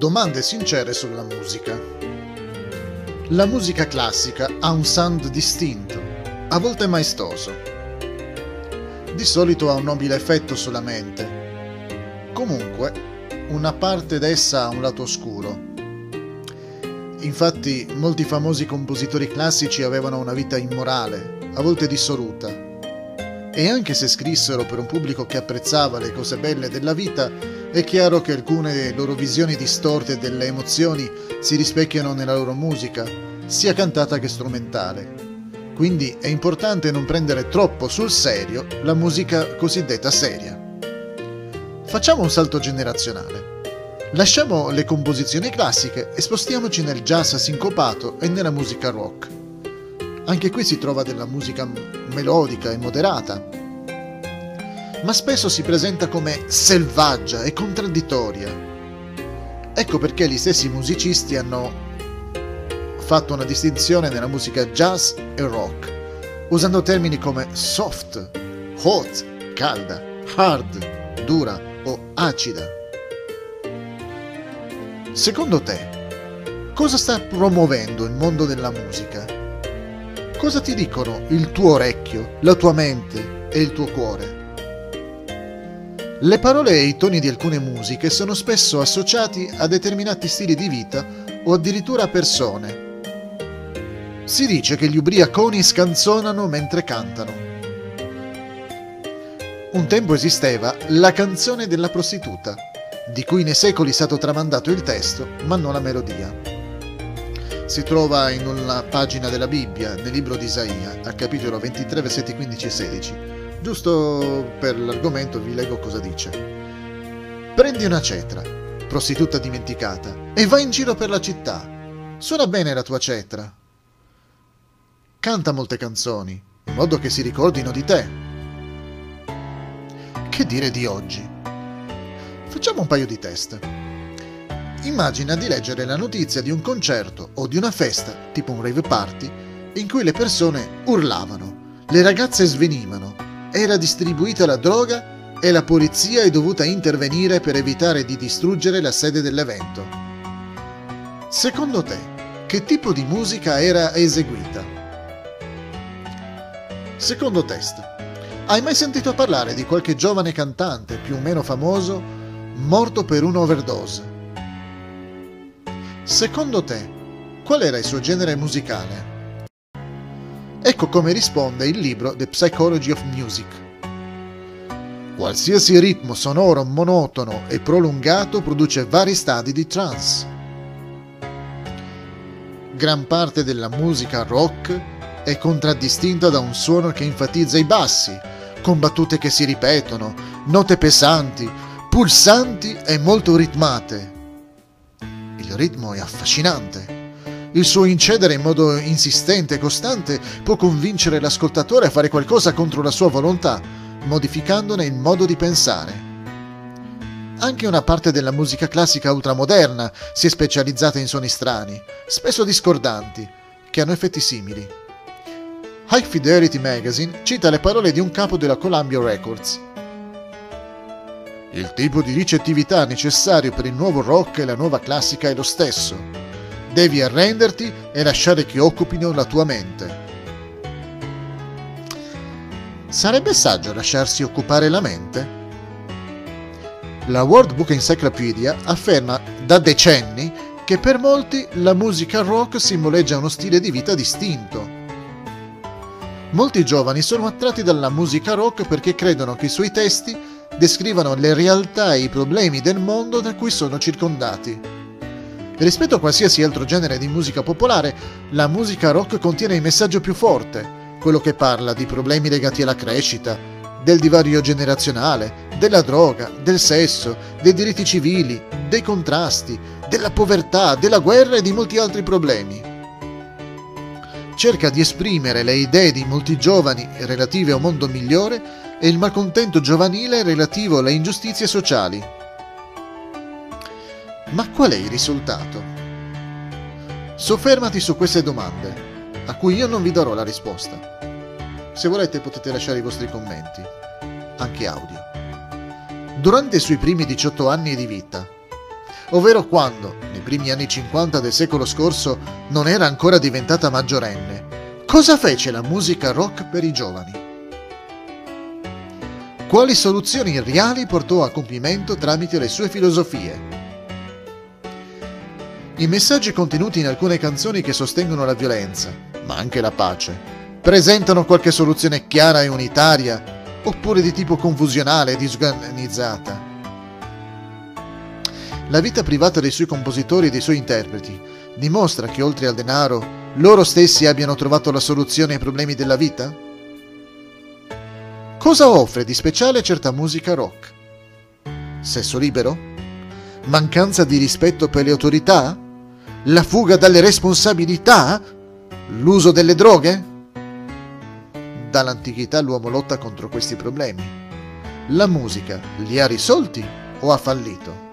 domande sincere sulla musica. La musica classica ha un sound distinto, a volte maestoso. Di solito ha un nobile effetto sulla mente. Comunque, una parte d'essa ha un lato oscuro. Infatti, molti famosi compositori classici avevano una vita immorale, a volte dissoluta. E anche se scrissero per un pubblico che apprezzava le cose belle della vita, è chiaro che alcune loro visioni distorte delle emozioni si rispecchiano nella loro musica, sia cantata che strumentale. Quindi è importante non prendere troppo sul serio la musica cosiddetta seria. Facciamo un salto generazionale. Lasciamo le composizioni classiche e spostiamoci nel jazz sincopato e nella musica rock. Anche qui si trova della musica melodica e moderata, ma spesso si presenta come selvaggia e contraddittoria. Ecco perché gli stessi musicisti hanno fatto una distinzione nella musica jazz e rock, usando termini come soft, hot, calda, hard, dura o acida. Secondo te, cosa sta promuovendo il mondo della musica? Cosa ti dicono il tuo orecchio, la tua mente e il tuo cuore? Le parole e i toni di alcune musiche sono spesso associati a determinati stili di vita o addirittura a persone. Si dice che gli ubriaconi scanzonano mentre cantano. Un tempo esisteva la canzone della prostituta, di cui nei secoli è stato tramandato il testo, ma non la melodia. Si trova in una pagina della Bibbia, nel libro di Isaia, al capitolo 23, versetti 15 e 16. Giusto per l'argomento vi leggo cosa dice. Prendi una cetra, prostituta dimenticata, e vai in giro per la città. Suona bene la tua cetra. Canta molte canzoni, in modo che si ricordino di te. Che dire di oggi? Facciamo un paio di test. Immagina di leggere la notizia di un concerto o di una festa, tipo un rave party, in cui le persone urlavano, le ragazze svenivano, era distribuita la droga e la polizia è dovuta intervenire per evitare di distruggere la sede dell'evento. Secondo te, che tipo di musica era eseguita? Secondo test. Hai mai sentito parlare di qualche giovane cantante, più o meno famoso, morto per un'overdose? Secondo te, qual era il suo genere musicale? Ecco come risponde il libro The Psychology of Music. Qualsiasi ritmo sonoro monotono e prolungato produce vari stadi di trance. Gran parte della musica rock è contraddistinta da un suono che enfatizza i bassi, con battute che si ripetono, note pesanti, pulsanti e molto ritmate. Il ritmo è affascinante. Il suo incedere in modo insistente e costante può convincere l'ascoltatore a fare qualcosa contro la sua volontà, modificandone il modo di pensare. Anche una parte della musica classica ultramoderna si è specializzata in suoni strani, spesso discordanti, che hanno effetti simili. High Fidelity Magazine cita le parole di un capo della Columbia Records. Il tipo di ricettività necessario per il nuovo rock e la nuova classica è lo stesso. Devi arrenderti e lasciare che occupino la tua mente. Sarebbe saggio lasciarsi occupare la mente? La World Book Encyclopedia afferma da decenni che per molti la musica rock simboleggia uno stile di vita distinto. Molti giovani sono attratti dalla musica rock perché credono che i suoi testi descrivano le realtà e i problemi del mondo da cui sono circondati. Rispetto a qualsiasi altro genere di musica popolare, la musica rock contiene il messaggio più forte, quello che parla di problemi legati alla crescita, del divario generazionale, della droga, del sesso, dei diritti civili, dei contrasti, della povertà, della guerra e di molti altri problemi. Cerca di esprimere le idee di molti giovani relative a un mondo migliore e il malcontento giovanile relativo alle ingiustizie sociali. Ma qual è il risultato? Soffermati su queste domande, a cui io non vi darò la risposta. Se volete potete lasciare i vostri commenti, anche audio. Durante i suoi primi 18 anni di vita, ovvero quando, nei primi anni 50 del secolo scorso, non era ancora diventata maggiorenne. Cosa fece la musica rock per i giovani? Quali soluzioni reali portò a compimento tramite le sue filosofie? I messaggi contenuti in alcune canzoni che sostengono la violenza, ma anche la pace, presentano qualche soluzione chiara e unitaria, oppure di tipo confusionale e disorganizzata? La vita privata dei suoi compositori e dei suoi interpreti dimostra che oltre al denaro, loro stessi abbiano trovato la soluzione ai problemi della vita? Cosa offre di speciale certa musica rock? Sesso libero? Mancanza di rispetto per le autorità? La fuga dalle responsabilità? L'uso delle droghe? Dall'antichità l'uomo lotta contro questi problemi. La musica li ha risolti o ha fallito?